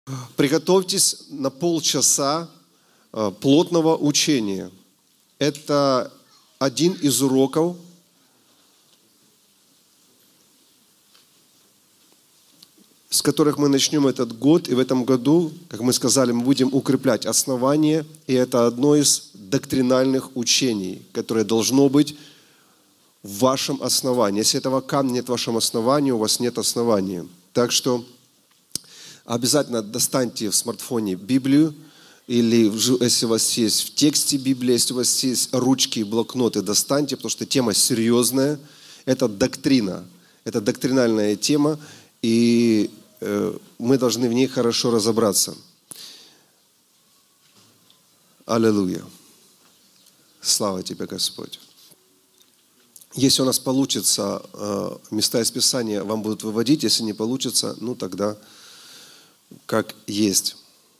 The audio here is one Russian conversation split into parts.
Приготовьтесь на полчаса плотного учения. Это один из уроков, с которых мы начнем этот год. И в этом году, как мы сказали, мы будем укреплять основания. И это одно из доктринальных учений, которое должно быть в вашем основании. Если этого камня нет в вашем основании, у вас нет основания. Так что обязательно достаньте в смартфоне Библию, или если у вас есть в тексте Библия, если у вас есть ручки и блокноты, достаньте, потому что тема серьезная. Это доктрина, это доктринальная тема, и мы должны в ней хорошо разобраться. Аллилуйя. Слава Тебе, Господь. Если у нас получится, места из Писания вам будут выводить, если не получится, ну тогда как есть.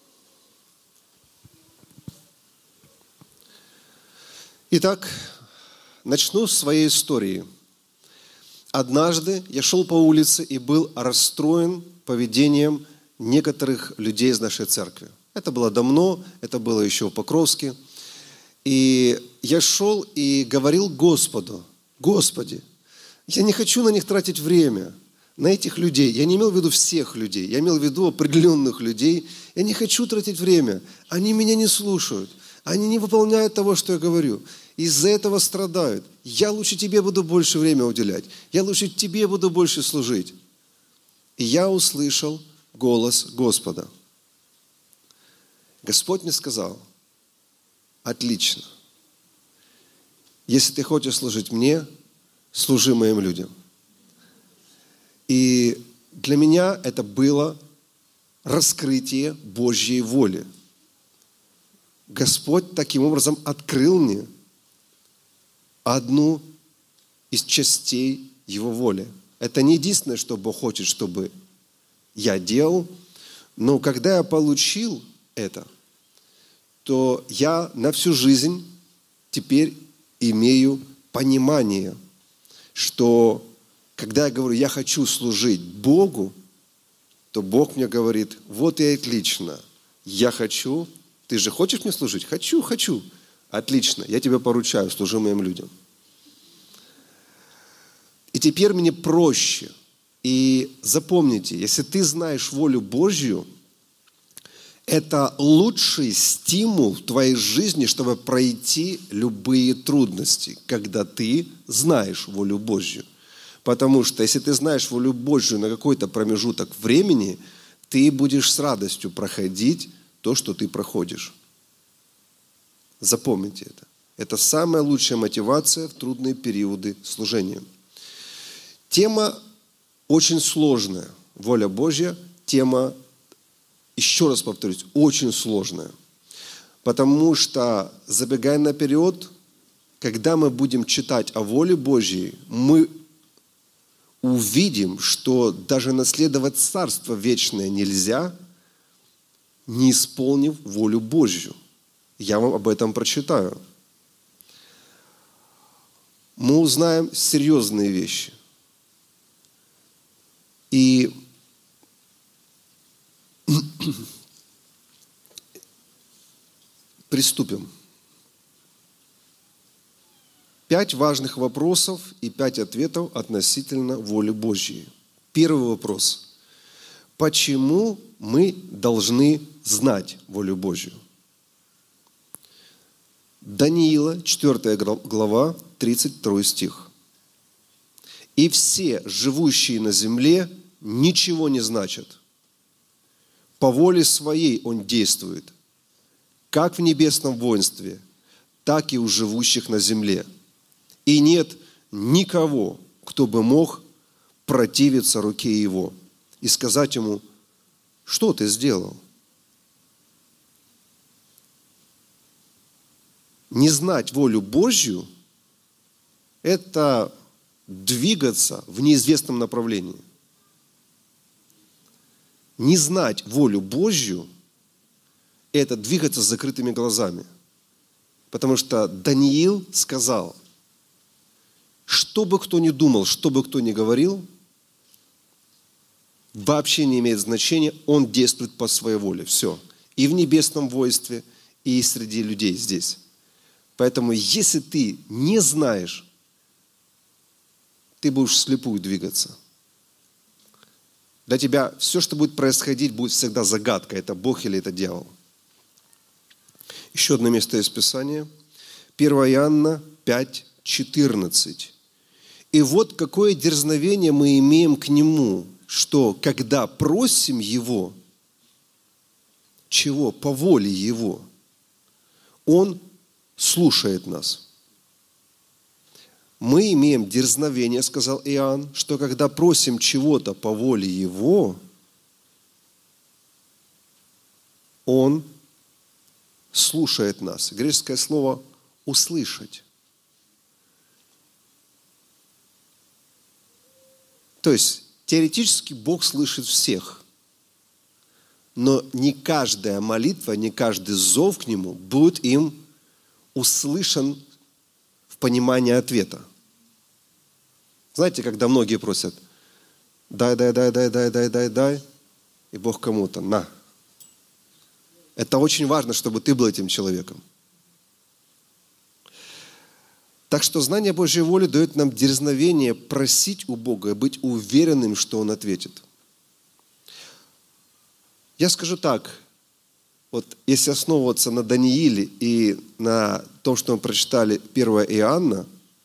Итак, начну с своей истории. Однажды я шел по улице и был расстроен поведением некоторых людей из нашей церкви. Это было давно, это было еще в Покровске. И я шел и говорил Господу: Господи, я не хочу на них тратить время, на этих людей. Я не имел в виду всех людей, я имел в виду определенных людей. Я не хочу тратить время. Они меня не слушают. Они не выполняют того, что я говорю. Из-за этого страдают. Я лучше тебе буду больше времени уделять. Я лучше тебе буду больше служить. И я услышал голос Господа. Господь мне сказал: отлично. Если ты хочешь служить мне, служи моим людям. И для меня это было раскрытие Божьей воли. Господь таким образом открыл мне одну из частей Его воли. Это не единственное, что Бог хочет, чтобы я делал, но когда я получил это, то я на всю жизнь теперь имею понимание, что когда я говорю, я хочу служить Богу, то Бог мне говорит: вот и отлично, я хочу. Ты же хочешь мне служить? Хочу. Отлично, я тебя поручаю, служи моим людям. И теперь мне проще. И запомните, если ты знаешь волю Божью, это лучший стимул в твоей жизни, чтобы пройти любые трудности, когда ты знаешь волю Божью. Потому что если ты знаешь волю Божью на какой-то промежуток времени, ты будешь с радостью проходить то, что ты проходишь. Запомните это. Это самая лучшая мотивация в трудные периоды служения. Тема очень сложная. Воля Божья, тема, еще раз повторюсь, очень сложная. Потому что, забегая наперед, когда мы будем читать о воле Божьей, мы увидим, что даже наследовать Царство Вечное нельзя, не исполнив волю Божью. Я вам об этом прочитаю. Мы узнаем серьезные вещи. И приступим. 5 важных вопросов и 5 ответов относительно воли Божьей. Первый вопрос. Почему мы должны знать волю Божью? Даниила, 4 глава, 32 стих. «И все, живущие на земле, ничего не значат. По воле своей Он действует, как в небесном воинстве, так и у живущих на земле. И нет никого, кто бы мог противиться руке Его и сказать Ему: что ты сделал?» Не знать волю Божью – это двигаться в неизвестном направлении. Не знать волю Божью – это двигаться с закрытыми глазами. Потому что Даниил сказал: что бы кто ни думал, что бы кто ни говорил, вообще не имеет значения, Он действует по своей воле. Все. И в небесном воинстве, и среди людей здесь. Поэтому, если ты не знаешь, ты будешь вслепую двигаться. Для тебя все, что будет происходить, будет всегда загадка. Это Бог или это дьявол. Еще одно место из Писания. 1 Иоанна 5:14. И вот какое дерзновение мы имеем к Нему, что когда просим Его, чего? По воле Его, Он слушает нас. Мы имеем дерзновение, сказал Иоанн, что когда просим чего-то по воле Его, Он слушает нас. Греческое слово «услышать». То есть, теоретически Бог слышит всех. Но не каждая молитва, не каждый зов к Нему будет им услышан в понимании ответа. Знаете, когда многие просят, дай, и Бог кому-то, на. Это очень важно, чтобы ты был этим человеком. Так что знание Божьей воли дает нам дерзновение просить у Бога и быть уверенным, что Он ответит. Я скажу так, вот если основываться на Данииле и на том, что мы прочитали 1 Иоанна,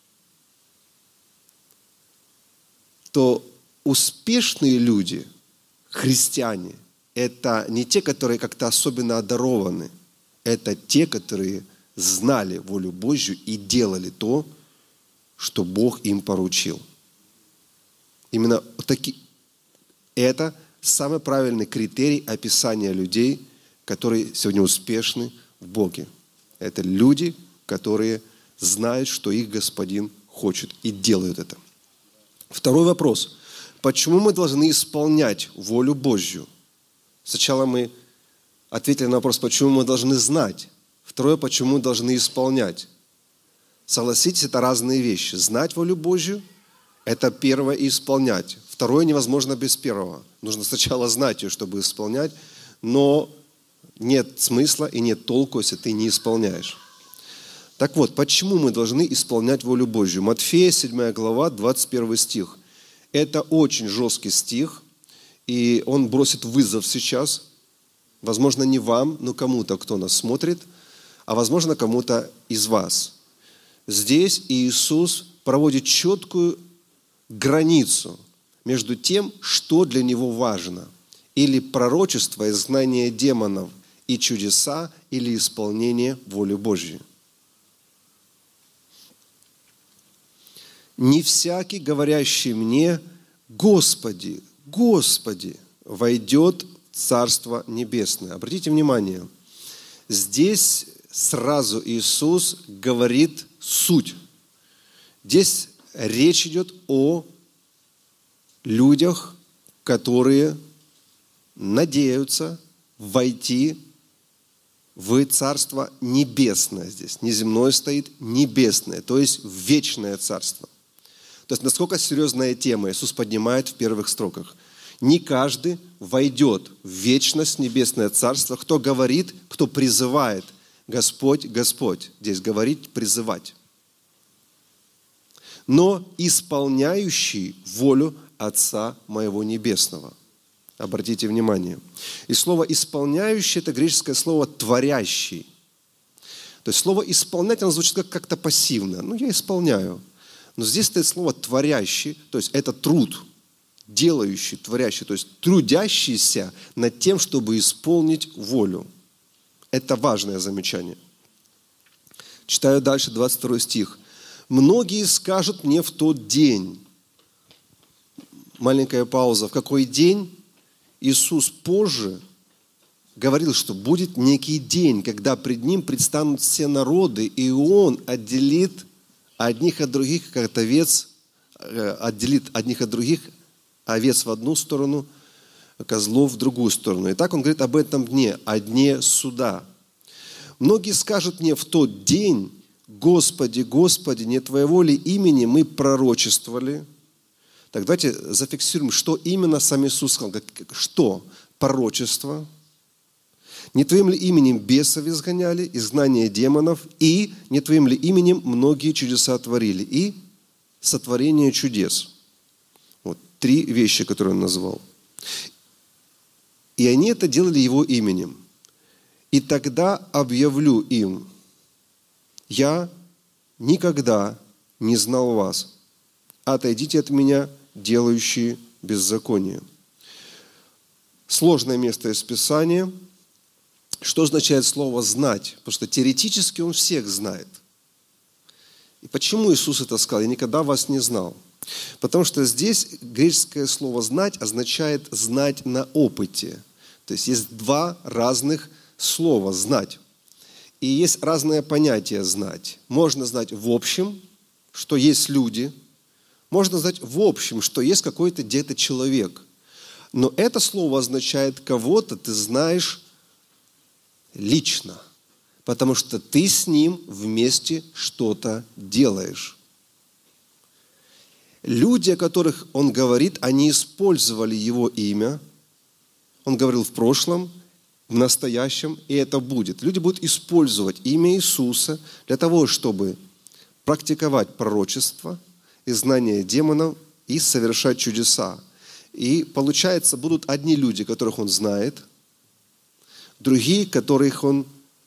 то успешные люди, христиане, это не те, которые как-то особенно одарованы, это те, которые знали волю Божью и делали то, что Бог им поручил. Именно это самый правильный критерий описания людей, которые сегодня успешны в Боге. Это люди, которые знают, что их Господин хочет, и делают это. Второй вопрос. Почему мы должны исполнять волю Божью? Сначала мы ответили на вопрос, почему мы должны знать. Второе, почему мы должны исполнять. Согласитесь, это разные вещи. Знать волю Божью – это первое, и исполнять. Второе невозможно без первого. Нужно сначала знать ее, чтобы исполнять, но нет смысла и нет толку, если ты не исполняешь. Так вот, почему мы должны исполнять волю Божью? Матфея, 7 глава, 21 стих. Это очень жесткий стих, и он бросит вызов сейчас. Возможно, не вам, но кому-то, кто нас смотрит, а возможно, кому-то из вас. Здесь Иисус проводит четкую границу между тем, что для Него важно. Или пророчество, изгнание демонов и чудеса, или исполнение воли Божьей. «Не всякий, говорящий мне, Господи, Господи, войдет в Царство Небесное». Обратите внимание, здесь сразу Иисус говорит суть. Здесь речь идет о людях, которые надеются войти в Царство Небесное. Здесь не земное стоит, небесное, то есть в вечное Царство. То есть насколько серьезная тема Иисус поднимает в первых строках. Не каждый войдет в вечность, небесное Царство. Кто говорит, кто призывает Господь, Господь. Здесь говорить, призывать. Но исполняющий волю Отца моего Небесного. Обратите внимание. И слово «исполняющий» – это греческое слово «творящий». То есть слово «исполнять» оно звучит как-то пассивно. Ну, я исполняю. Но здесь стоит слово «творящий», то есть это труд, делающий, творящий, то есть трудящийся над тем, чтобы исполнить волю. Это важное замечание. Читаю дальше 22 стих. «Многие скажут мне в тот день». Маленькая пауза. В какой день? Иисус позже говорил, что будет некий день, когда пред Ним предстанут все народы, и Он отделит одних от других, как овец, отделит одних от других, овец в одну сторону, козлов в другую сторону. И так Он говорит об этом дне, о дне суда. «Многие скажут мне в тот день, Господи, Господи, не Твоего ли имени мы пророчествовали?» Так давайте зафиксируем, что именно сам Иисус сказал. Что? Пророчество. Не твоим ли именем бесов изгоняли, изгнание демонов, и не твоим ли именем многие чудеса творили, и сотворение чудес. Вот 3 вещи, которые он назвал. И они это делали его именем. И тогда объявлю им: я никогда не знал вас. Отойдите от меня, делающие беззаконие. Сложное место из Писания. Что означает слово «знать»? Потому что теоретически он всех знает. И почему Иисус это сказал? Я никогда вас не знал. Потому что здесь греческое слово «знать» означает «знать на опыте». То есть есть 2 разных слова «знать». И есть разное понятие «знать». Можно знать в общем, что есть люди. Можно знать в общем, что есть какой-то где-то человек. Но это слово означает кого-то ты знаешь лично, потому что ты с ним вместе что-то делаешь. Люди, о которых он говорит, они использовали его имя. Он говорил в прошлом, в настоящем, и это будет. Люди будут использовать имя Иисуса для того, чтобы практиковать пророчество, изгнание демонов и совершать чудеса. И получается, будут одни люди, которых он знает, другие, которых он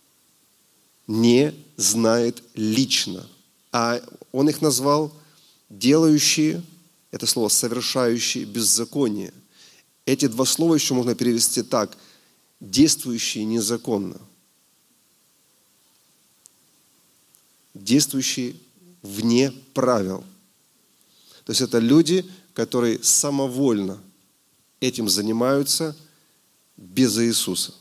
не знает лично. А он их назвал делающие, это слово совершающие беззаконие. Эти 2 слова еще можно перевести так: действующие незаконно. Действующие вне правил. То есть это люди, которые самовольно этим занимаются без Иисуса.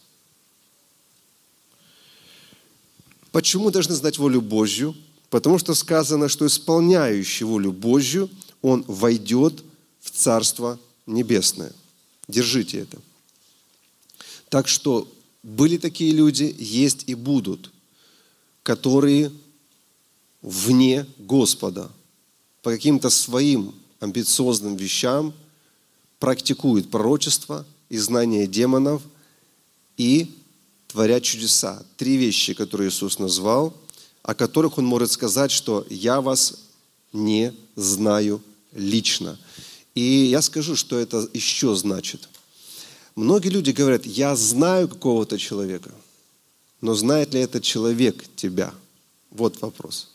Почему должны знать волю Божью? Потому что сказано, что исполняющий волю Божью, он войдет в Царство Небесное. Держите это. Так что были такие люди, есть и будут, которые вне Господа по каким-то своим амбициозным вещам практикуют пророчество, изгнание демонов и творят чудеса. 3 вещи, которые Иисус назвал, о которых он может сказать, что «я вас не знаю лично». И я скажу, что это еще значит. Многие люди говорят: я знаю какого-то человека, но знает ли этот человек тебя? Вот вопрос.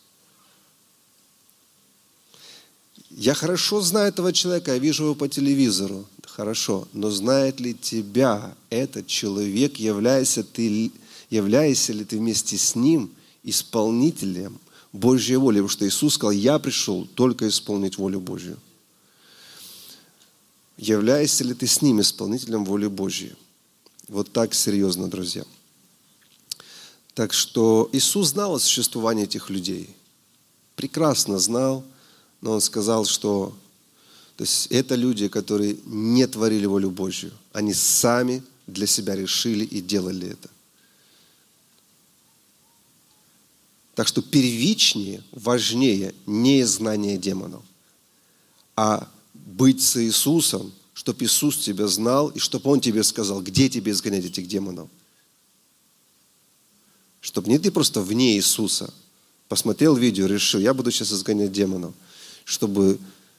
Я хорошо знаю этого человека, я вижу его по телевизору. Хорошо, но знает ли тебя этот человек, являешься ли ты вместе с ним исполнителем Божьей воли? Потому что Иисус сказал: я пришел только исполнить волю Божью. Являешься ли ты с ним исполнителем воли Божьей? Вот так серьезно, друзья. Так что Иисус знал о существовании этих людей. Прекрасно знал, но Он сказал, что то есть это люди, которые не творили волю Божью. Они сами для себя решили и делали это. Так что первичнее, важнее не знание демонов, а быть с Иисусом, чтобы Иисус тебя знал, и чтобы Он тебе сказал, где тебе изгонять этих демонов. Чтобы не ты просто вне Иисуса посмотрел видео, решил, я буду сейчас изгонять демонов. Чтобы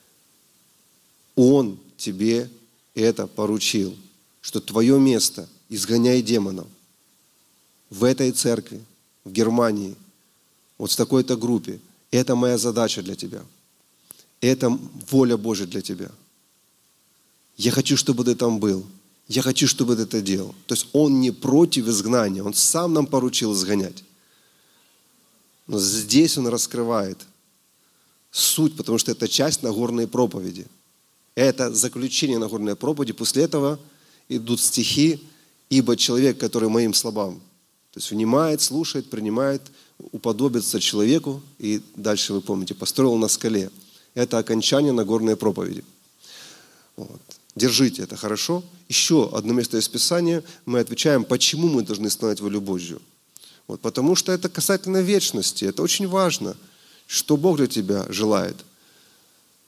Он тебе это поручил, что твое место – изгоняй демонов в этой церкви, в Германии, вот в такой-то группе. Это моя задача для тебя. Это воля Божья для тебя. Я хочу, чтобы ты там был. Я хочу, чтобы ты это делал. То есть Он не против изгнания. Он сам нам поручил изгонять. Но здесь Он раскрывает суть, потому что это часть Нагорной проповеди. Это заключение Нагорной проповеди. После этого идут стихи: «Ибо человек, который моим словам», то есть внимает, слушает, принимает, уподобится человеку, и дальше вы помните, построил на скале. Это окончание Нагорной проповеди. Вот. Держите это, хорошо? Еще одно место из Писания. Мы отвечаем, почему мы должны исполнять волю Божью. Вот, потому что это касательно вечности. Это очень важно, что Бог для тебя желает.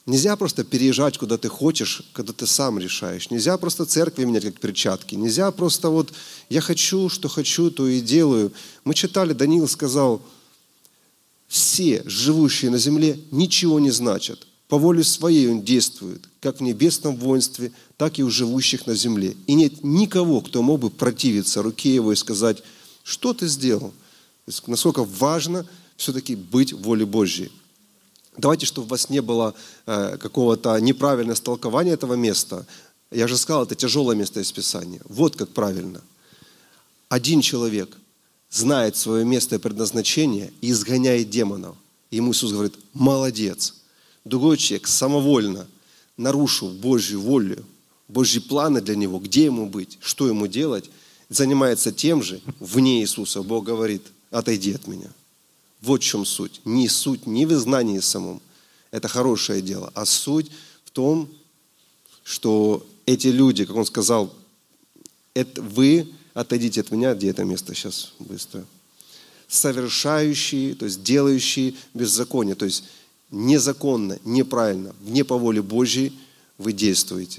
Нельзя просто переезжать, куда ты хочешь, когда ты сам решаешь. Нельзя просто церкви менять, как перчатки. Нельзя просто вот я хочу, что хочу, то и делаю. Мы читали, Даниил сказал, все живущие на земле ничего не значат. По воле своей он действует, как в небесном воинстве, так и у живущих на земле. И нет никого, кто мог бы противиться руке его и сказать, что ты сделал. То есть, насколько важно все-таки быть в воле Божьей. Давайте, чтобы у вас не было какого-то неправильного истолкования этого места. Я же сказал, это тяжелое место из Писания. Вот как правильно. Один человек знает свое место и предназначение и изгоняет демонов. И ему Иисус говорит, молодец. Другой человек самовольно, нарушив Божью волю, Божьи планы для него, где ему быть, что ему делать, занимается тем же вне Иисуса. Бог говорит, отойди от меня. Вот в чем суть. Не суть не в знании самом. Это хорошее дело. А суть в том, что эти люди, как он сказал, вы отойдите от меня, где это место сейчас быстро, совершающие, то есть делающие беззаконие, то есть незаконно, неправильно, вне по воле Божьей вы действуете.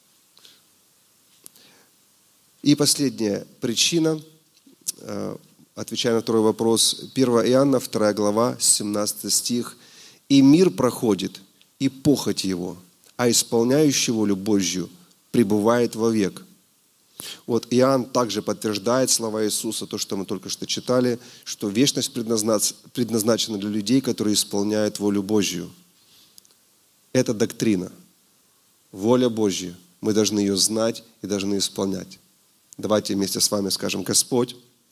И последняя причина, отвечая на второй вопрос, 1 Иоанна, 2 глава, 17 стих. «И мир проходит, и похоть его, а исполняющий волю Божью пребывает вовек». Вот Иоанн также подтверждает слова Иисуса, то, что мы только что читали, что вечность предназначена для людей, которые исполняют волю Божью. Это доктрина. Воля Божья. Мы должны ее знать и должны исполнять. Давайте вместе с вами скажем, Господь,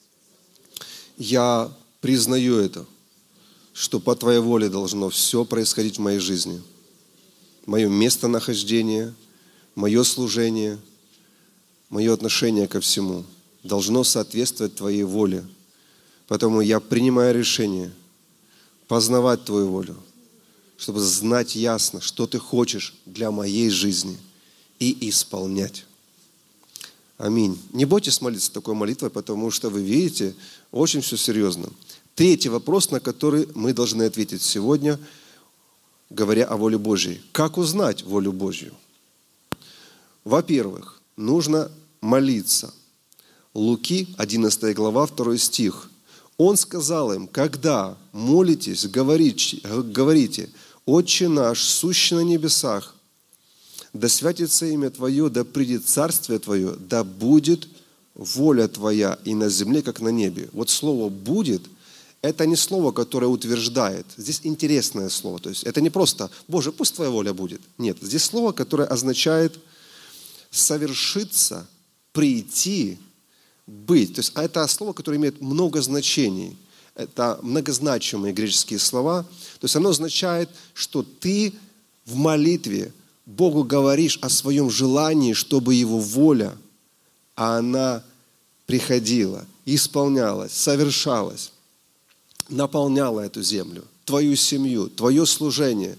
я признаю это, что по Твоей воле должно все происходить в моей жизни. Мое местонахождение, мое служение, мое отношение ко всему должно соответствовать Твоей воле. Поэтому я принимаю решение познавать Твою волю, чтобы знать ясно, что Ты хочешь для моей жизни и исполнять. Аминь. Не бойтесь молиться такой молитвой, потому что вы видите, очень все серьезно. Третий вопрос, на который мы должны ответить сегодня, говоря о воле Божьей. Как узнать волю Божью? Во-первых, нужно молиться. Луки, 11 глава, 2 стих. Он сказал им, когда молитесь, говорите, «Отче наш, сущий на небесах, да святится имя Твое, да придет царствие Твое, да будет воля Твоя и на земле, как на небе». Вот слово «будет» – это не слово, которое утверждает. Здесь интересное слово. То есть это не просто «Боже, пусть Твоя воля будет». Нет, здесь слово, которое означает совершиться, прийти, быть. То есть это слово, которое имеет много значений. Это многозначимые греческие слова. То есть оно означает, что ты в молитве Богу говоришь о своем желании, чтобы Его воля, а она приходила, исполнялась, совершалась, наполняла эту землю, твою семью, твое служение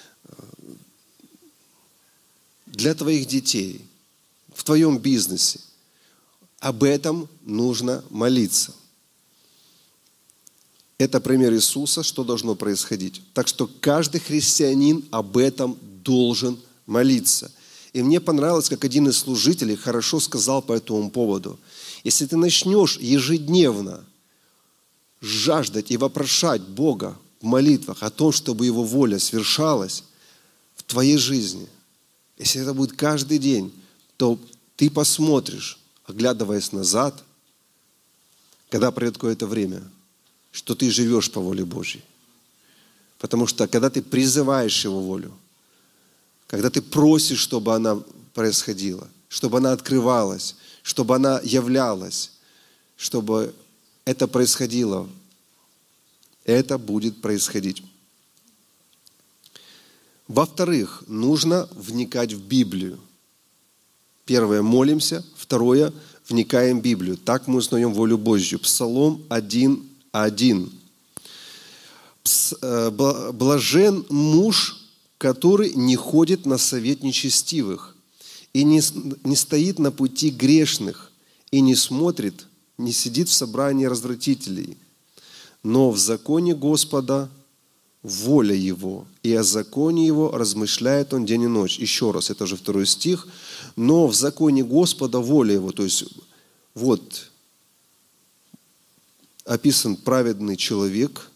для твоих детей, в твоем бизнесе. Об этом нужно молиться. Это пример Иисуса, что должно происходить. Так что каждый христианин об этом должен молиться. И мне понравилось, как один из служителей хорошо сказал по этому поводу. Если ты начнешь ежедневно жаждать и вопрошать Бога в молитвах о том, чтобы Его воля свершалась в твоей жизни, если это будет каждый день, то ты посмотришь, оглядываясь назад, когда пройдет какое-то время, что ты живешь по воле Божьей. Потому что когда ты призываешь Его волю, когда ты просишь, чтобы она происходила, чтобы она открывалась, чтобы она являлась, чтобы это происходило, это будет происходить. Во-вторых, нужно вникать в Библию. Первое, молимся. Второе, вникаем в Библию. Так мы узнаем волю Божью. Псалом 1:1. Блажен муж, который не ходит на совет нечестивых, и не стоит на пути грешных, и не смотрит, не сидит в собрании развратителей, но в законе Господа воля Его, и о законе Его размышляет он день и ночь. Еще раз, это уже 2 стих. Но в законе Господа воля Его. То есть вот описан праведный человек,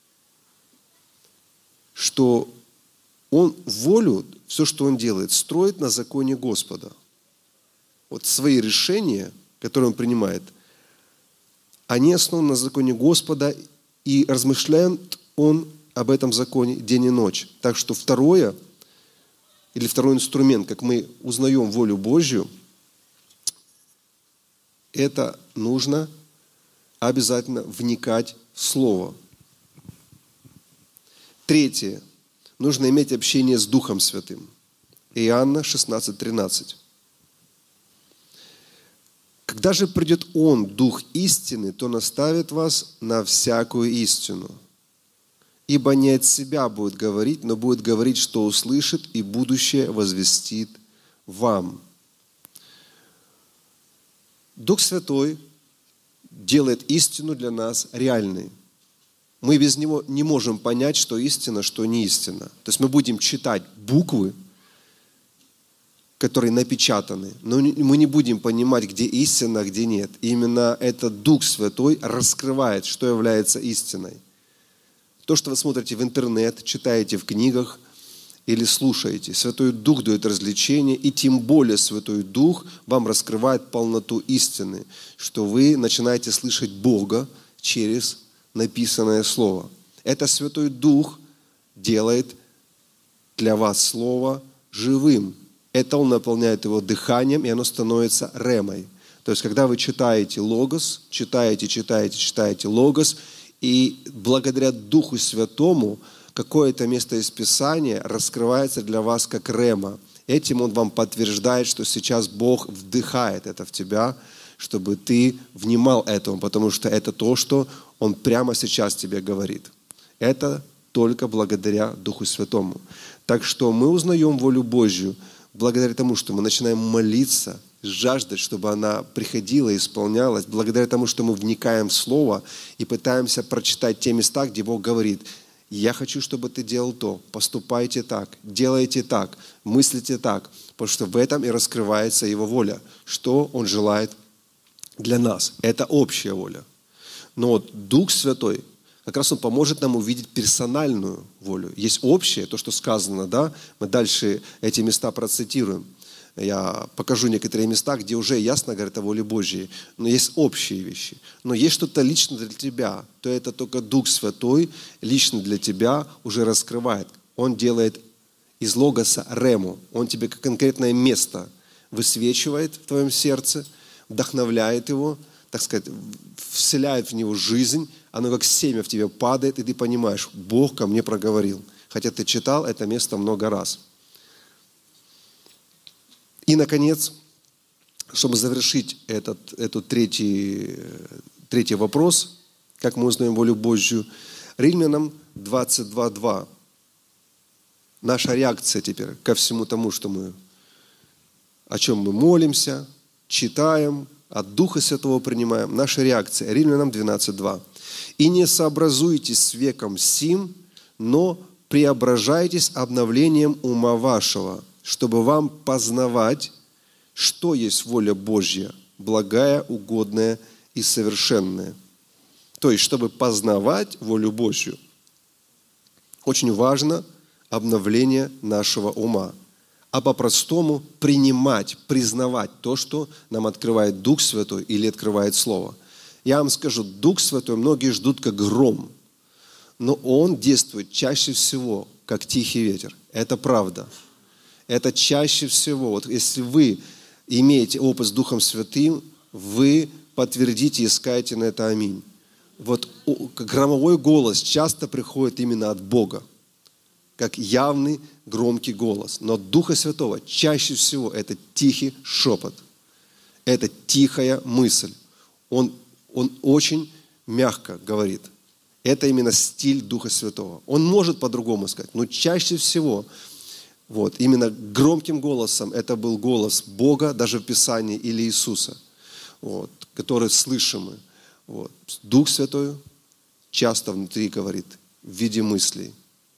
что он волю, все, что он делает, строит на законе Господа. Вот свои решения, которые он принимает, они основаны на законе Господа, и размышляет он об этом законе день и ночь. Так что второй инструмент, как мы узнаем волю Божью, это нужно обязательно вникать в Слово. Третье. Нужно иметь общение с Духом Святым. Иоанна 16:13. Когда же придет Он, Дух истины, то наставит вас на всякую истину. Ибо не от себя будет говорить, но будет говорить, что услышит, и будущее возвестит вам. Дух Святой делает истину для нас реальной. Мы без Него не можем понять, что истина, что не истина. То есть мы будем читать буквы, которые напечатаны, но мы не будем понимать, где истина, а где нет. И именно этот Дух Святой раскрывает, что является истиной. То, что вы смотрите в интернет, читаете в книгах или слушаете, Святой Дух дает развлечение, и тем более Святой Дух вам раскрывает полноту истины, что вы начинаете слышать Бога через написанное Слово. Это Святой Дух делает для вас Слово живым. Это Он наполняет его дыханием, и оно становится ремой. То есть, когда вы читаете Логос, читаете Логос, и благодаря Духу Святому какое-то место из Писания раскрывается для вас как рема. Этим Он вам подтверждает, что сейчас Бог вдыхает это в тебя, чтобы ты внимал этому, потому что это то, что Он прямо сейчас тебе говорит. Это только благодаря Духу Святому. Так что мы узнаем волю Божью благодаря тому, что мы начинаем молиться, жаждать, чтобы она приходила и исполнялась, благодаря тому, что мы вникаем в Слово и пытаемся прочитать те места, где Бог говорит: «Я хочу, чтобы ты делал то, поступайте так, делайте так, мыслите так», потому что в этом и раскрывается Его воля, что Он желает для нас. Это общая воля. Но вот Дух Святой, как раз Он поможет нам увидеть персональную волю. Есть общее, то, что сказано, да? Мы дальше эти места процитируем. Я покажу некоторые места, где уже ясно говорят о воле Божьей. Но есть общие вещи. Но есть что-то лично для тебя. То это только Дух Святой лично для тебя уже раскрывает. Он делает из логоса рему. Он тебе как конкретное место высвечивает в твоем сердце, вдохновляет его, так сказать, вселяет в него жизнь. Оно как семя в тебе падает, и ты понимаешь: Бог ко мне проговорил. Хотя ты читал это место много раз. И, наконец, чтобы завершить этот третий вопрос, как мы узнаем волю Божью, Римлянам 22:2. Наша реакция теперь ко всему тому, о чем мы молимся, читаем, от Духа Святого принимаем. Наша реакция. Римлянам 12:2. «И не сообразуйтесь с веком сим, но преображайтесь обновлением ума вашего, чтобы вам познавать, что есть воля Божья, благая, угодная и совершенная». То есть, чтобы познавать волю Божью, очень важно обновление нашего ума. А по-простому принимать, признавать то, что нам открывает Дух Святой или открывает Слово. Я вам скажу, Дух Святой многие ждут как гром, но Он действует чаще всего как тихий ветер. Это правда. Это чаще всего. Вот если вы имеете опыт с Духом Святым, вы подтвердите и скажете на это аминь. Вот громовой голос часто приходит именно от Бога, как явный громкий голос. Но от Духа Святого чаще всего это тихий шепот. Это тихая мысль. Он очень мягко говорит. Это именно стиль Духа Святого. Он может по-другому сказать, но чаще всего именно громким голосом это был голос Бога, даже в Писании, или Иисуса, который слышимый. Дух Святой часто внутри говорит в виде мыслей,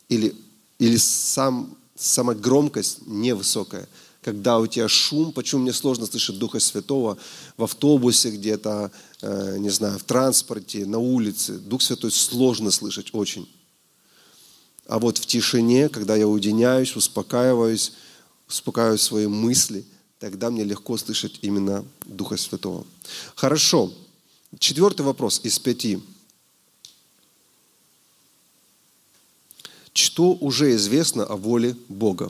или сама громкость невысокая. Когда у тебя шум, почему мне сложно слышать Духа Святого в автобусе где-то, не знаю, в транспорте, на улице. Дух Святой сложно слышать очень. А вот в тишине, когда я уединяюсь, успокаиваю свои мысли, тогда мне легко слышать именно Духа Святого. Хорошо. 4 вопрос из 5. Что уже известно о воле Бога?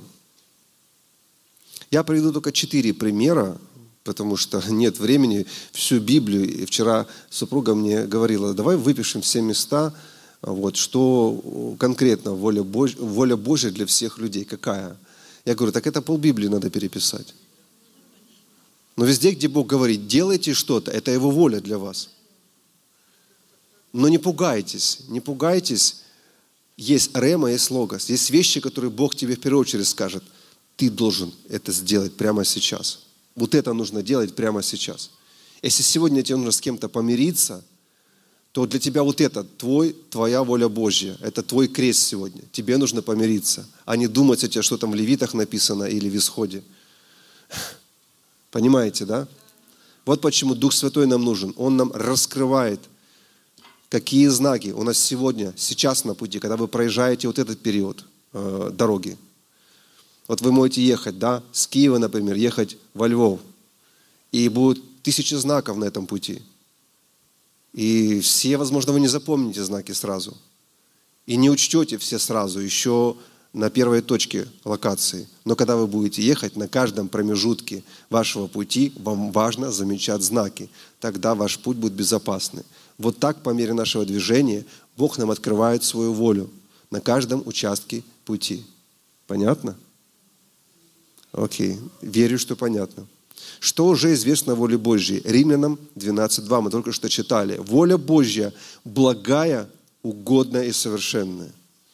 Я приведу только 4 примера, потому что нет времени всю Библию. И вчера супруга мне говорила, давай выпишем все места, что конкретно воля Божья для всех людей, какая. Я говорю, так это полбиблии надо переписать. Но везде, где Бог говорит, делайте что-то, это Его воля для вас. Но не пугайтесь, Есть рема, есть логос. Есть вещи, которые Бог тебе в первую очередь скажет. Ты должен это сделать прямо сейчас. Вот это нужно делать прямо сейчас. Если сегодня тебе нужно с кем-то помириться, то для тебя вот это твоя воля Божья. Это твой крест сегодня. Тебе нужно помириться, а не думать о тебе, что там в Левитах написано или в Исходе. Понимаете, да? Вот почему Дух Святой нам нужен. Он нам раскрывает, какие знаки у нас сейчас на пути, когда вы проезжаете вот этот период дороги. Вот вы можете ехать, да, с Киева, например, ехать во Львов. И будет 1000 знаков на этом пути. И все, возможно, вы не запомните знаки сразу. И не учтете все сразу, еще на первой точке локации. Но когда вы будете ехать, на каждом промежутке вашего пути вам важно замечать знаки. Тогда ваш путь будет безопасный. Вот так, по мере нашего движения, Бог нам открывает свою волю на каждом участке пути. Понятно? Окей. Верю, что понятно. Что уже известно о воле Божьей? Римлянам 12:2 мы только что читали. Воля Божья благая, угодная и совершенная.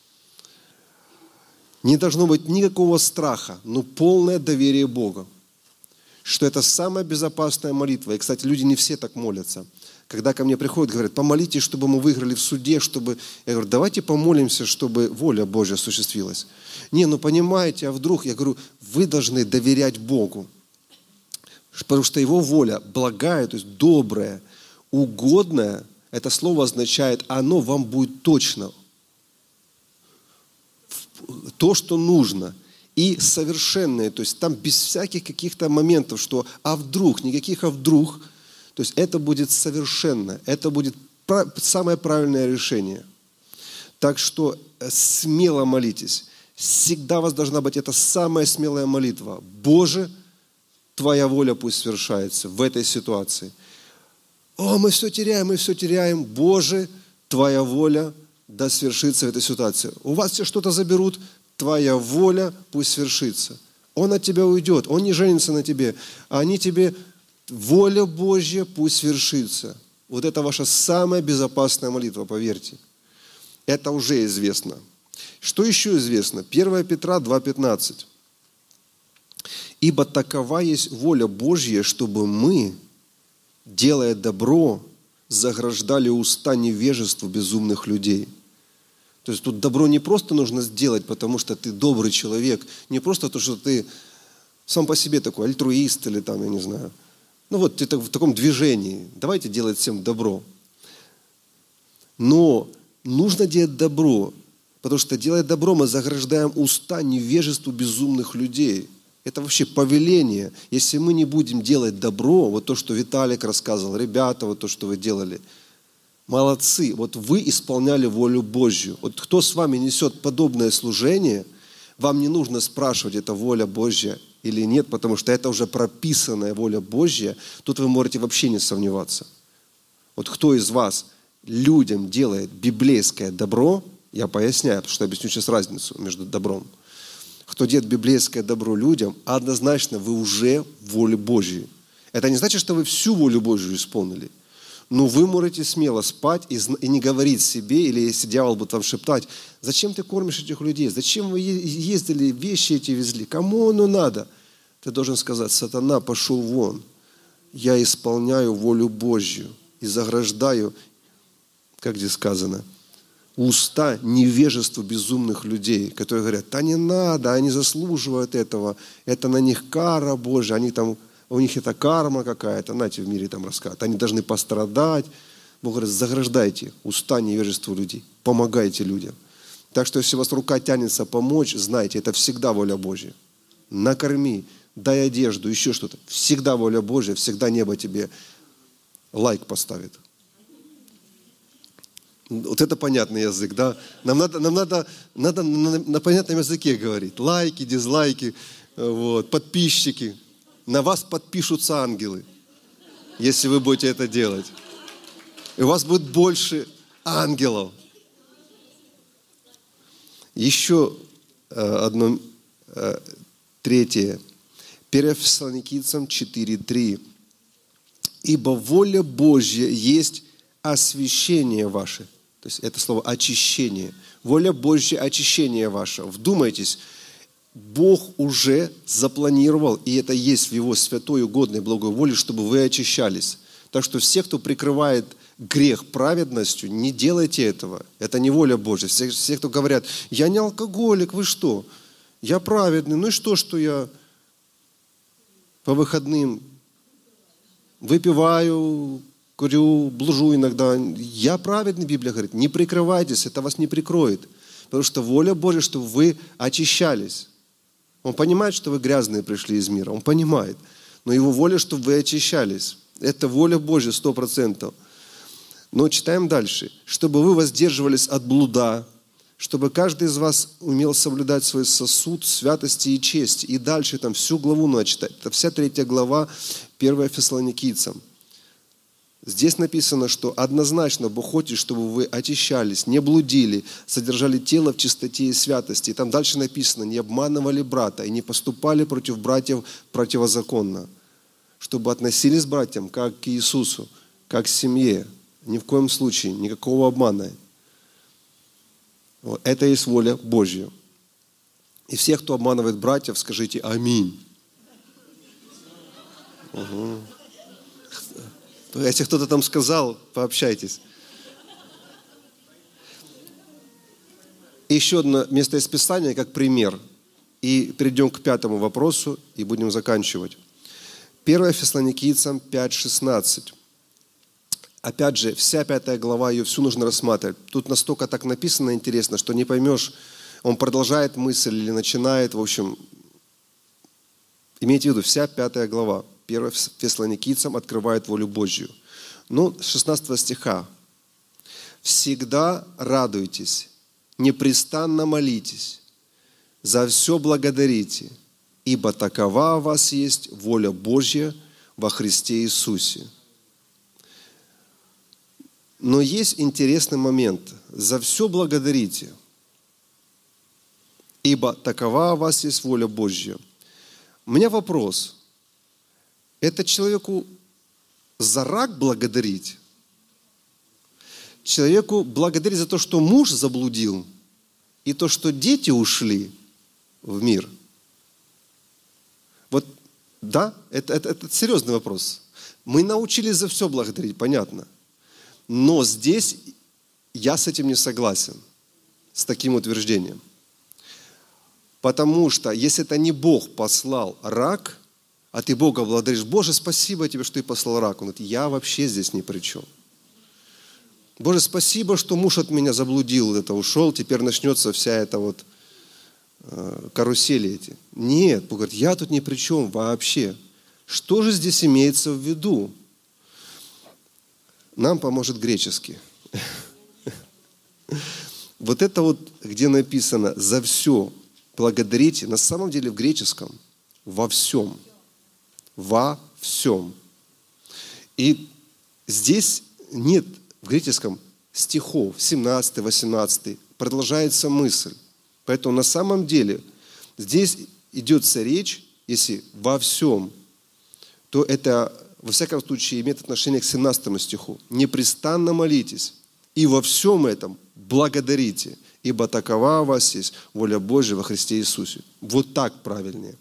Не должно быть никакого страха, но полное доверие Богу. Что это самая безопасная молитва. И, кстати, люди не все так молятся. Когда ко мне приходят, говорят, помолитесь, чтобы мы выиграли в суде, чтобы... Я говорю, давайте помолимся, чтобы воля Божья осуществилась. Понимаете, а вдруг? Я говорю, вы должны доверять Богу. Потому что Его воля благая, то есть добрая, угодная. Это слово означает, оно вам будет точно. То, что нужно. И совершенное, то есть там без всяких каких-то моментов, что а вдруг, никаких а вдруг. То есть это будет совершенно, это будет самое правильное решение. Так что смело молитесь. Всегда у вас должна быть эта самая смелая молитва. Боже, Твоя воля пусть свершается в этой ситуации. Мы все теряем. Боже, Твоя воля да свершится в этой ситуации. У вас все что-то заберут, Твоя воля пусть свершится. Он от тебя уйдет, он не женится на тебе, а они тебе... Воля Божья пусть свершится. Вот это ваша самая безопасная молитва, поверьте. Это уже известно. Что еще известно? 1 Петра 2:15. «Ибо такова есть воля Божья, чтобы мы, делая добро, заграждали уста невежеству безумных людей». То есть тут добро не просто нужно сделать, потому что ты добрый человек, не просто то, что ты сам по себе такой альтруист или там, я не знаю. Ты в таком движении. Давайте делать всем добро. Но нужно делать добро, потому что делая добро, мы заграждаем уста невежеству безумных людей. Это вообще повеление. Если мы не будем делать добро, вот то, что Виталик рассказывал, ребята, вот то, что вы делали, молодцы. Вот вы исполняли волю Божью. Вот кто с вами несет подобное служение, вам не нужно спрашивать, это воля Божья или нет, потому что это уже прописанная воля Божья. Тут вы можете вообще не сомневаться. Вот кто из вас людям делает библейское добро, я поясняю, потому что я объясню сейчас разницу между добром. Кто делает библейское добро людям, однозначно вы уже в воле Божьей. Это не значит, что вы всю волю Божью исполнили. Но вы можете смело спать и не говорить себе, или если дьявол будет вам шептать, зачем ты кормишь этих людей, зачем вы ездили, вещи эти везли, кому оно надо? Ты должен сказать, сатана, пошел вон, я исполняю волю Божью и заграждаю, как здесь сказано, уста невежеству безумных людей, которые говорят: да не надо, они заслуживают этого, это на них кара Божья, они там, у них это карма какая-то, знаете, в мире там рассказывают, они должны пострадать. Бог говорит: заграждайте уста невежеству людей, помогайте людям. Так что, если у вас рука тянется помочь, знайте, это всегда воля Божья. Накорми, дай одежду, еще что-то. Всегда воля Божья, всегда небо тебе лайк поставит. Вот это понятный язык, да? Нам надо на понятном языке говорить. Лайки, дизлайки, вот, подписчики. На вас подпишутся ангелы, если вы будете это делать. И у вас будет больше ангелов. Еще одно, третье. 1 Фессалоникийцам 4:3. Ибо воля Божья есть освящение ваше. То есть это слово очищение. Воля Божья, очищение ваше. Вдумайтесь, Бог уже запланировал, и это есть в Его святой, угодной, благой воле, чтобы вы очищались. Так что все, кто прикрывает грех праведностью, не делайте этого. Это не воля Божья. Все, кто говорят: я не алкоголик, вы что? Я праведный, ну и что я по выходным выпиваю, курю, блужу иногда. Я праведный, Библия говорит. Не прикрывайтесь, это вас не прикроет. Потому что воля Божья, чтобы вы очищались. Он понимает, что вы грязные пришли из мира. Он понимает. Но Его воля, чтобы вы очищались. Это воля Божья 100%. Но читаем дальше. Чтобы вы воздерживались от блуда, чтобы каждый из вас умел соблюдать свой сосуд святости и чести. И дальше там всю главу надо читать. Это вся 3 глава 1 Фессалоникийцам. Здесь написано, что однозначно Бог хочет, чтобы вы очищались, не блудили, содержали тело в чистоте и святости. И там дальше написано: не обманывали брата и не поступали против братьев противозаконно. Чтобы относились к братьям как к Иисусу, как к семье. Ни в коем случае, никакого обмана. Вот. Это есть воля Божья. И все, кто обманывает братьев, скажите аминь. Угу. Если кто-то там сказал, пообщайтесь. Еще одно место из Писания, как пример. И перейдем к 5 вопросу, и будем заканчивать. 1 Фессалоникийцам 5:16. Опять же, вся 5 глава, ее всю нужно рассматривать. Тут настолько так написано интересно, что не поймешь, он продолжает мысль или начинает. В общем, имейте в виду, вся 5 глава. 1 Фессалоникийцам открывает волю Божью. Ну, с 16 стиха. «Всегда радуйтесь, непрестанно молитесь, за все благодарите, ибо такова у вас есть воля Божья во Христе Иисусе». Но есть интересный момент. За все благодарите, ибо такова у вас есть воля Божья. У меня вопрос. Это человеку за рак благодарить? Человеку благодарить за то, что муж заблудил, и то, что дети ушли в мир? Вот, да, это серьезный вопрос. Мы научились за все благодарить, понятно. Но здесь я с этим не согласен, с таким утверждением. Потому что, если это не Бог послал рак, а ты Бога благодаришь: Боже, спасибо тебе, что ты послал рак. Он говорит: я вообще здесь ни при чем. Боже, спасибо, что муж от меня заблудил, это ушел, теперь начнется вся эта вот карусели эти. Нет, Бог говорит: я тут ни при чем вообще. Что же здесь имеется в виду? Нам поможет греческий. Вот это вот, где написано «за все благодарите», на самом деле в греческом «во всем». Во всем. И здесь нет в греческом стихов 17, 18. Продолжается мысль. Поэтому на самом деле здесь идется речь, если во всем, то это во всяком случае имеет отношение к 17 стиху. «Непрестанно молитесь, и во всем этом благодарите, ибо такова у вас есть воля Божья во Христе Иисусе». Вот так правильнее.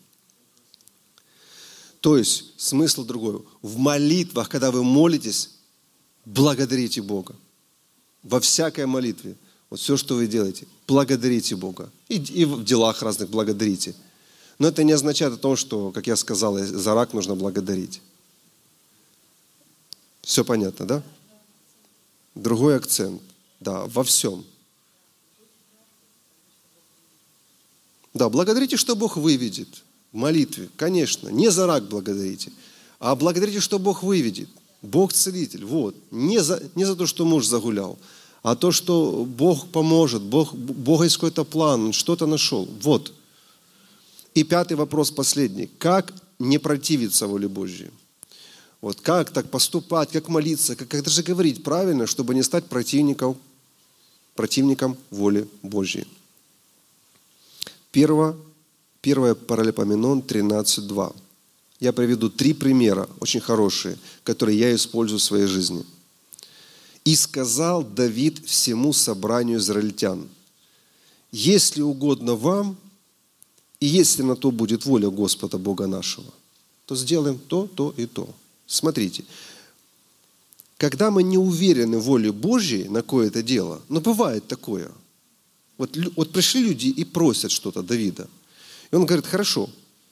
То есть смысл другой. В молитвах, когда вы молитесь, благодарите Бога. Во всякой молитве. Вот все, что вы делаете, благодарите Бога. И в делах разных благодарите. Но это не означает о том, что, как я сказал, за рак нужно благодарить. Все понятно, да? Другой акцент. Да, во всем. Да, благодарите, что Бог выведет. В молитве, конечно. Не за рак благодарите, а благодарите, что Бог выведет. Бог целитель. Вот. Не за то, что муж загулял, а то, что Бог поможет. Бога есть какой-то план, Он что-то нашел. Вот. И 5-й вопрос, последний. Как не противиться воле Божьей? Вот как так поступать, как молиться, как даже говорить правильно, чтобы не стать противником воли Божьей. 1 Паралипоменон 13:2. Я приведу 3 примера, очень хорошие, которые я использую в своей жизни. «И сказал Давид всему собранию израильтян: если угодно вам, и если на то будет воля Господа Бога нашего, то сделаем то, то и то». Смотрите, когда мы не уверены в воле Божьей на какое-то дело, но бывает такое. Вот пришли люди и просят что-то Давида. И он говорит: хорошо,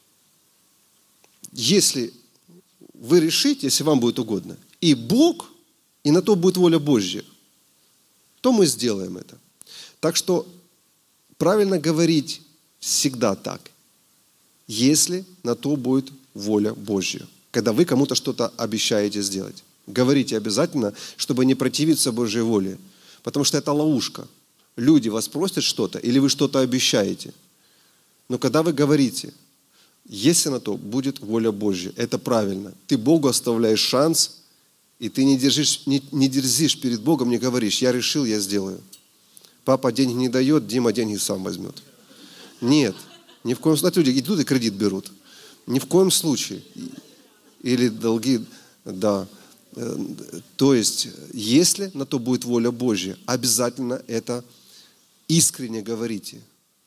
если вы решите, если вам будет угодно, и Бог, и на то будет воля Божья, то мы сделаем это. Так что правильно говорить всегда так. Если на то будет воля Божья. Когда вы кому-то что-то обещаете сделать. Говорите обязательно, чтобы не противиться Божьей воле. Потому что это ловушка. Люди вас просят что-то, или вы что-то обещаете. Но когда вы говорите, если на то будет воля Божья, это правильно. Ты Богу оставляешь шанс, и ты не дерзишь перед Богом, не говоришь: я решил, я сделаю. Папа деньги не дает, Дима деньги сам возьмет. Нет, ни в коем случае. Люди идут и кредит берут. Ни в коем случае. Или долги, да. То есть, если на то будет воля Божья, обязательно это искренне говорите.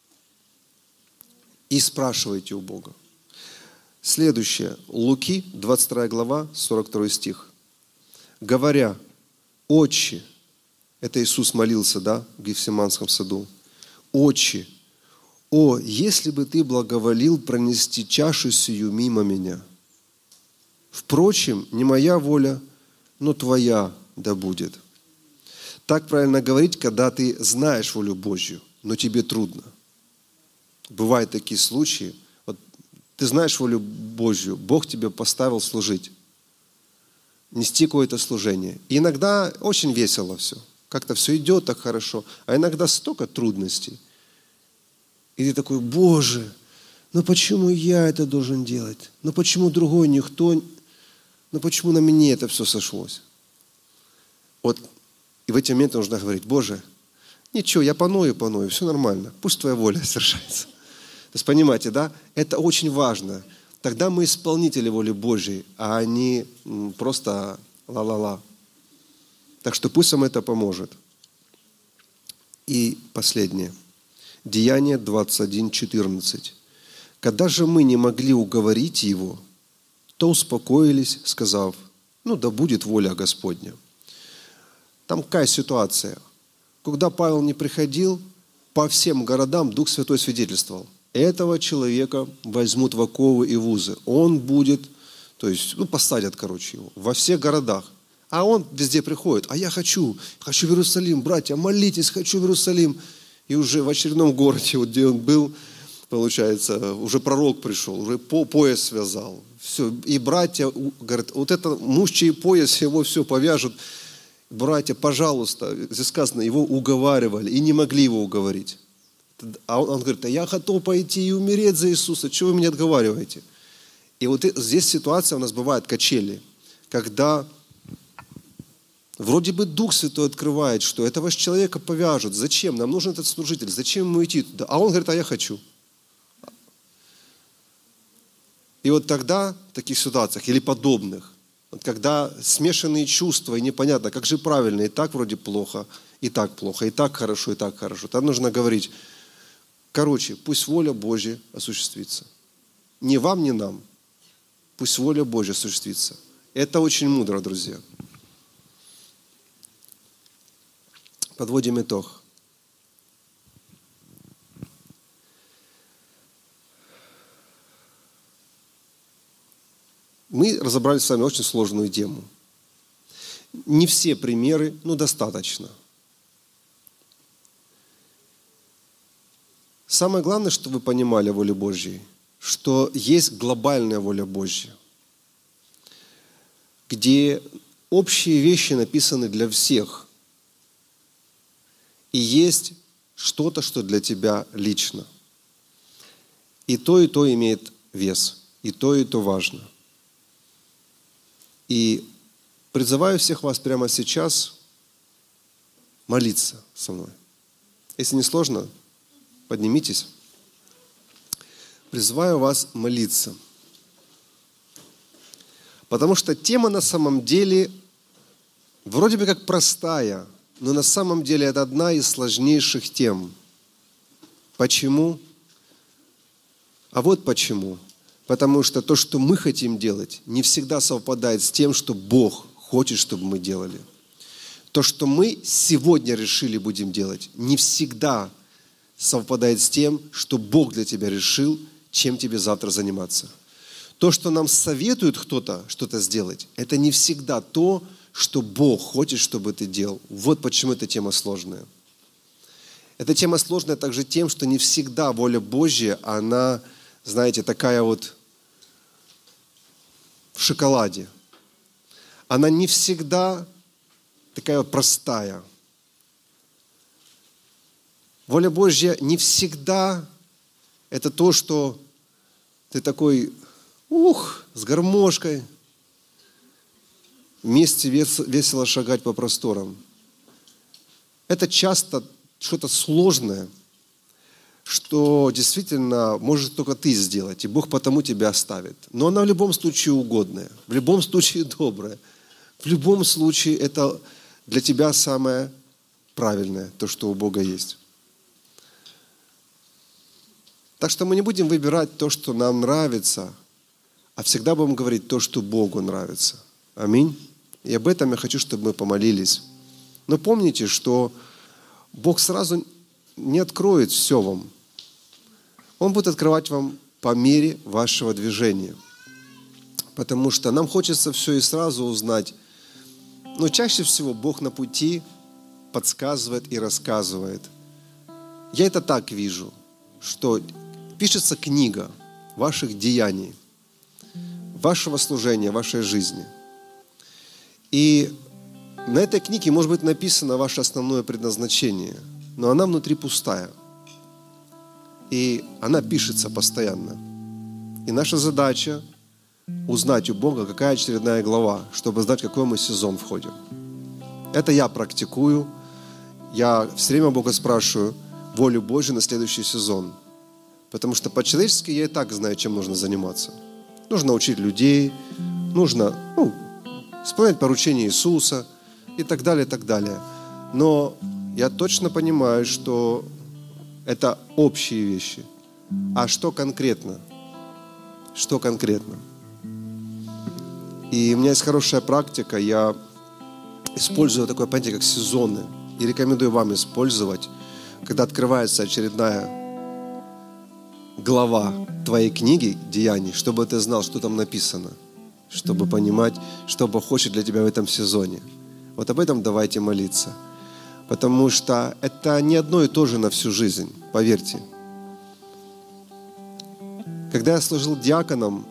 И спрашивайте у Бога. Следующее. Луки, 22 глава, 42 стих. Говоря: «Отче», это Иисус молился, да, в Гефсиманском саду. «Отче, о, если бы ты благоволил пронести чашу сию мимо меня. Впрочем, не моя воля, но твоя да будет». Так правильно говорить, когда ты знаешь волю Божью, но тебе трудно. Бывают такие случаи. Вот ты знаешь волю Божью, Бог тебе поставил служить, нести какое-то служение. И иногда очень весело все. Как-то все идет так хорошо, а иногда столько трудностей. И ты такой: Боже, ну почему я это должен делать? Ну почему другой никто? Ну почему на мне это все сошлось? Вот и в эти моменты нужно говорить: Боже, ничего, я поною, все нормально, пусть Твоя воля совершается. То есть понимаете, да? Это очень важно. Тогда мы исполнители воли Божьей, а не просто ла-ла-ла. Так что пусть вам это поможет. И последнее. Деяние 21:14. Когда же мы не могли уговорить его, то успокоились, сказав: ну да будет воля Господня. Там какая ситуация? Когда Павел не приходил, по всем городам Дух Святой свидетельствовал: этого человека возьмут в оковы и в узы. Он будет, то есть, посадят, его, во всех городах. А он везде приходит: а я хочу в Иерусалим, братья, молитесь, хочу в Иерусалим. И уже в очередном городе, вот где он был, получается, уже пророк пришел, уже пояс связал. Все. И братья говорят: вот это муж, чей пояс, его все повяжут. Братья, пожалуйста, здесь сказано, его уговаривали и не могли его уговорить. А он говорит: а я готов пойти и умереть за Иисуса, чего вы меня отговариваете? И вот здесь ситуация у нас бывает, качели, когда вроде бы Дух Святой открывает, что этого же человека повяжут. Зачем? Нам нужен этот служитель. Зачем ему идти туда? А он говорит: а я хочу. И вот тогда в таких ситуациях или подобных, вот когда смешанные чувства и непонятно, как же правильно, и так вроде плохо, и так плохо, и так хорошо, там нужно говорить: короче, пусть воля Божья осуществится. Ни вам, ни нам. Пусть воля Божья осуществится. Это очень мудро, друзья. Подводим итог. разобрали с вами очень сложную тему. Не все примеры, но достаточно. Самое главное, чтобы вы понимали о воле Божьей, что есть глобальная воля Божья, где общие вещи написаны для всех, и есть что-то, что для тебя лично. И то имеет вес, и то важно. И призываю всех вас прямо сейчас молиться со мной. Если не сложно, поднимитесь. Призываю вас молиться. Потому что тема на самом деле вроде бы как простая, но на самом деле это одна из сложнейших тем. Почему? А вот почему. Потому что то, что мы хотим делать, не всегда совпадает с тем, что Бог хочет, чтобы мы делали. То, что мы сегодня решили будем делать, не всегда совпадает с тем, что Бог для тебя решил, чем тебе завтра заниматься. То, что нам советует кто-то что-то сделать, это не всегда то, что Бог хочет, чтобы ты делал. Вот почему эта тема сложная. Эта тема сложная также тем, что не всегда воля Божья, она, знаете, такая вот в шоколаде. Она не всегда такая вот простая. Воля Божья не всегда это то, что ты такой, с гармошкой, вместе весело шагать по просторам. Это часто что-то сложное, что действительно может только ты сделать, и Бог потому тебя оставит. Но она в любом случае угодная, в любом случае добрая. В любом случае это для тебя самое правильное, то, что у Бога есть. Так что мы не будем выбирать то, что нам нравится, а всегда будем говорить то, что Богу нравится. Аминь. И об этом я хочу, чтобы мы помолились. Но помните, что Бог сразу не откроет все вам. Он будет открывать вам по мере вашего движения. Потому что нам хочется все и сразу узнать. Но чаще всего Бог на пути подсказывает и рассказывает. Я это так вижу, что пишется книга ваших деяний, вашего служения, вашей жизни. И на этой книге может быть написано ваше основное предназначение, но она внутри пустая. И она пишется постоянно. И наша задача узнать у Бога, какая очередная глава, чтобы знать, в какой мы сезон входим. Это я практикую. Я все время Бога спрашиваю волю Божью на следующий сезон. Потому что по-человечески я и так знаю, чем нужно заниматься. Нужно учить людей, нужно исполнять поручения Иисуса и так далее, и так далее. Но я точно понимаю, что это общие вещи. А что конкретно? Что конкретно? И у меня есть хорошая практика, я использую такое понятие, как сезоны. И рекомендую вам использовать, когда открывается очередная глава твоей книги «Деяний», чтобы ты знал, что там написано, чтобы понимать, что Бог хочет для тебя в этом сезоне. Вот об этом давайте молиться. Потому что это не одно и то же на всю жизнь, поверьте. Когда я служил диаконом,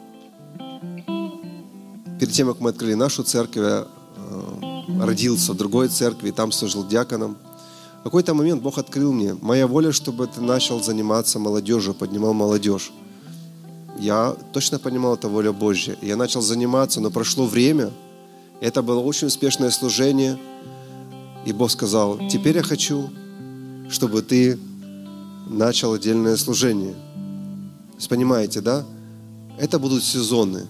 перед тем, как мы открыли нашу церковь, я родился в другой церкви, и там служил диаконом. В какой-то момент Бог открыл мне: моя воля, чтобы ты начал заниматься молодежью, поднимал молодежь. Я точно понимал, это воля Божья. И я начал заниматься, но прошло время. Это было очень успешное служение. И Бог сказал: теперь я хочу, чтобы ты начал отдельное служение. То есть, понимаете, да? Это будут сезоны.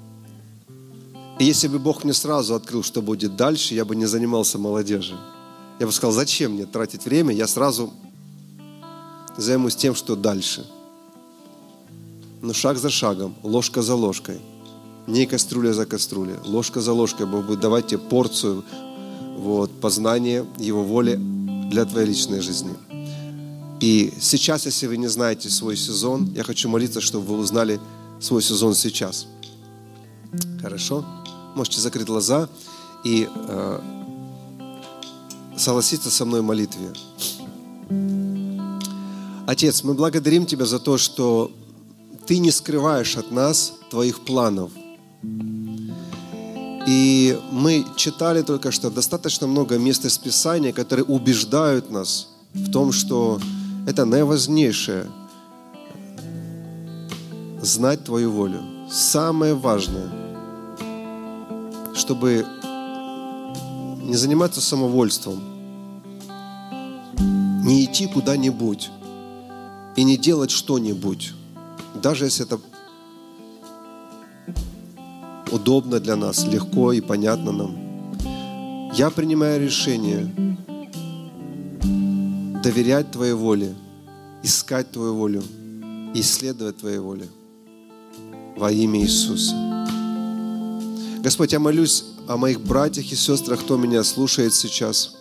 И если бы Бог мне сразу открыл, что будет дальше, я бы не занимался молодежью. Я бы сказал: зачем мне тратить время, я сразу займусь тем, что дальше. Но шаг за шагом, ложка за ложкой, не кастрюля за кастрюлей, ложка за ложкой Бог будет давать тебе порцию познания Его воли для твоей личной жизни. И сейчас, если вы не знаете свой сезон, я хочу молиться, чтобы вы узнали свой сезон сейчас. Хорошо. Можете закрыть глаза и согласиться со мной в молитве. Отец, мы благодарим Тебя за то, что Ты не скрываешь от нас Твоих планов. И мы читали только что достаточно много мест из Писания, которые убеждают нас в том, что это наиважнейшее – знать Твою волю. Самое важное, чтобы не заниматься самовольством, не идти куда-нибудь и не делать что-нибудь, даже если это удобно для нас, легко и понятно нам. Я принимаю решение доверять Твоей воле, искать Твою волю, исследовать Твоей воле во имя Иисуса. Господь, я молюсь о моих братьях и сестрах, кто меня слушает сейчас.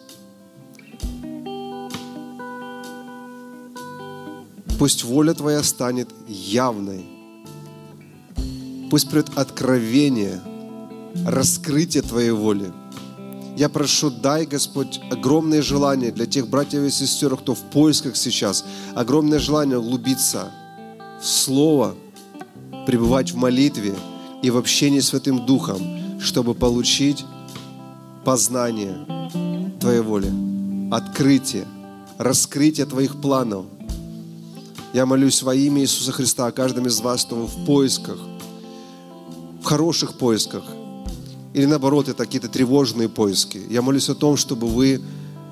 Пусть воля Твоя станет явной. Пусть придет откровение, раскрытие Твоей воли. Я прошу, дай, Господь, огромное желание для тех братьев и сестер, кто в поисках сейчас, огромное желание углубиться в Слово, пребывать в молитве и в общении с Святым Духом, чтобы получить познание Твоей воли, открытие, раскрытие Твоих планов. Я молюсь во имя Иисуса Христа о каждом из вас, кто в поисках, в хороших поисках, или наоборот, это какие-то тревожные поиски. Я молюсь о том, чтобы вы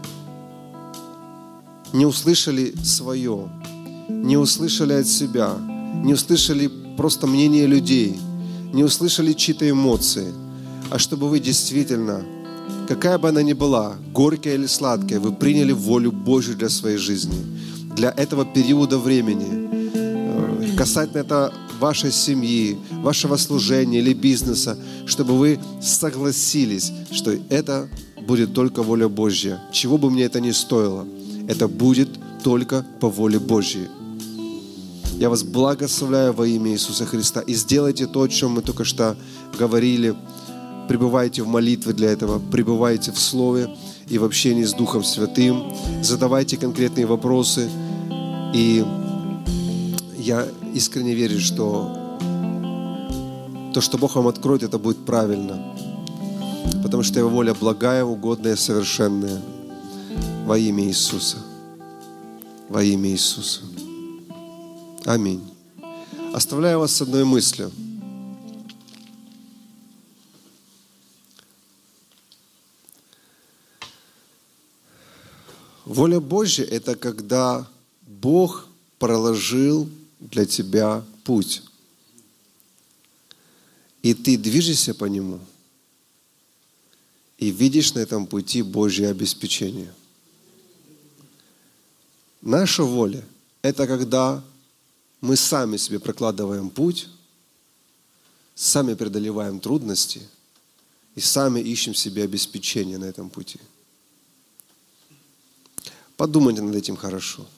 не услышали свое, не услышали от себя, не услышали просто мнение людей, не услышали чьи-то эмоции, а чтобы вы действительно, какая бы она ни была, горькая или сладкая, вы приняли волю Божью для своей жизни, для этого периода времени, касательно это вашей семьи, вашего служения или бизнеса, чтобы вы согласились, что это будет только воля Божья. Чего бы мне это ни стоило, это будет только по воле Божьей. Я вас благословляю во имя Иисуса Христа. И сделайте то, о чем мы только что говорили. Пребывайте в молитве для этого, пребывайте в Слове и в общении с Духом Святым. Задавайте конкретные вопросы. И я искренне верю, что то, что Бог вам откроет, это будет правильно. Потому что Его воля благая, угодная, совершенная. Во имя Иисуса. Во имя Иисуса. Аминь. Оставляю вас с одной мыслью. Воля Божья – это когда Бог проложил для тебя путь. И ты движешься по нему и видишь на этом пути Божье обеспечение. Наша воля – это когда мы сами себе прокладываем путь, сами преодолеваем трудности и сами ищем себе обеспечение на этом пути. Подумайте над этим хорошо.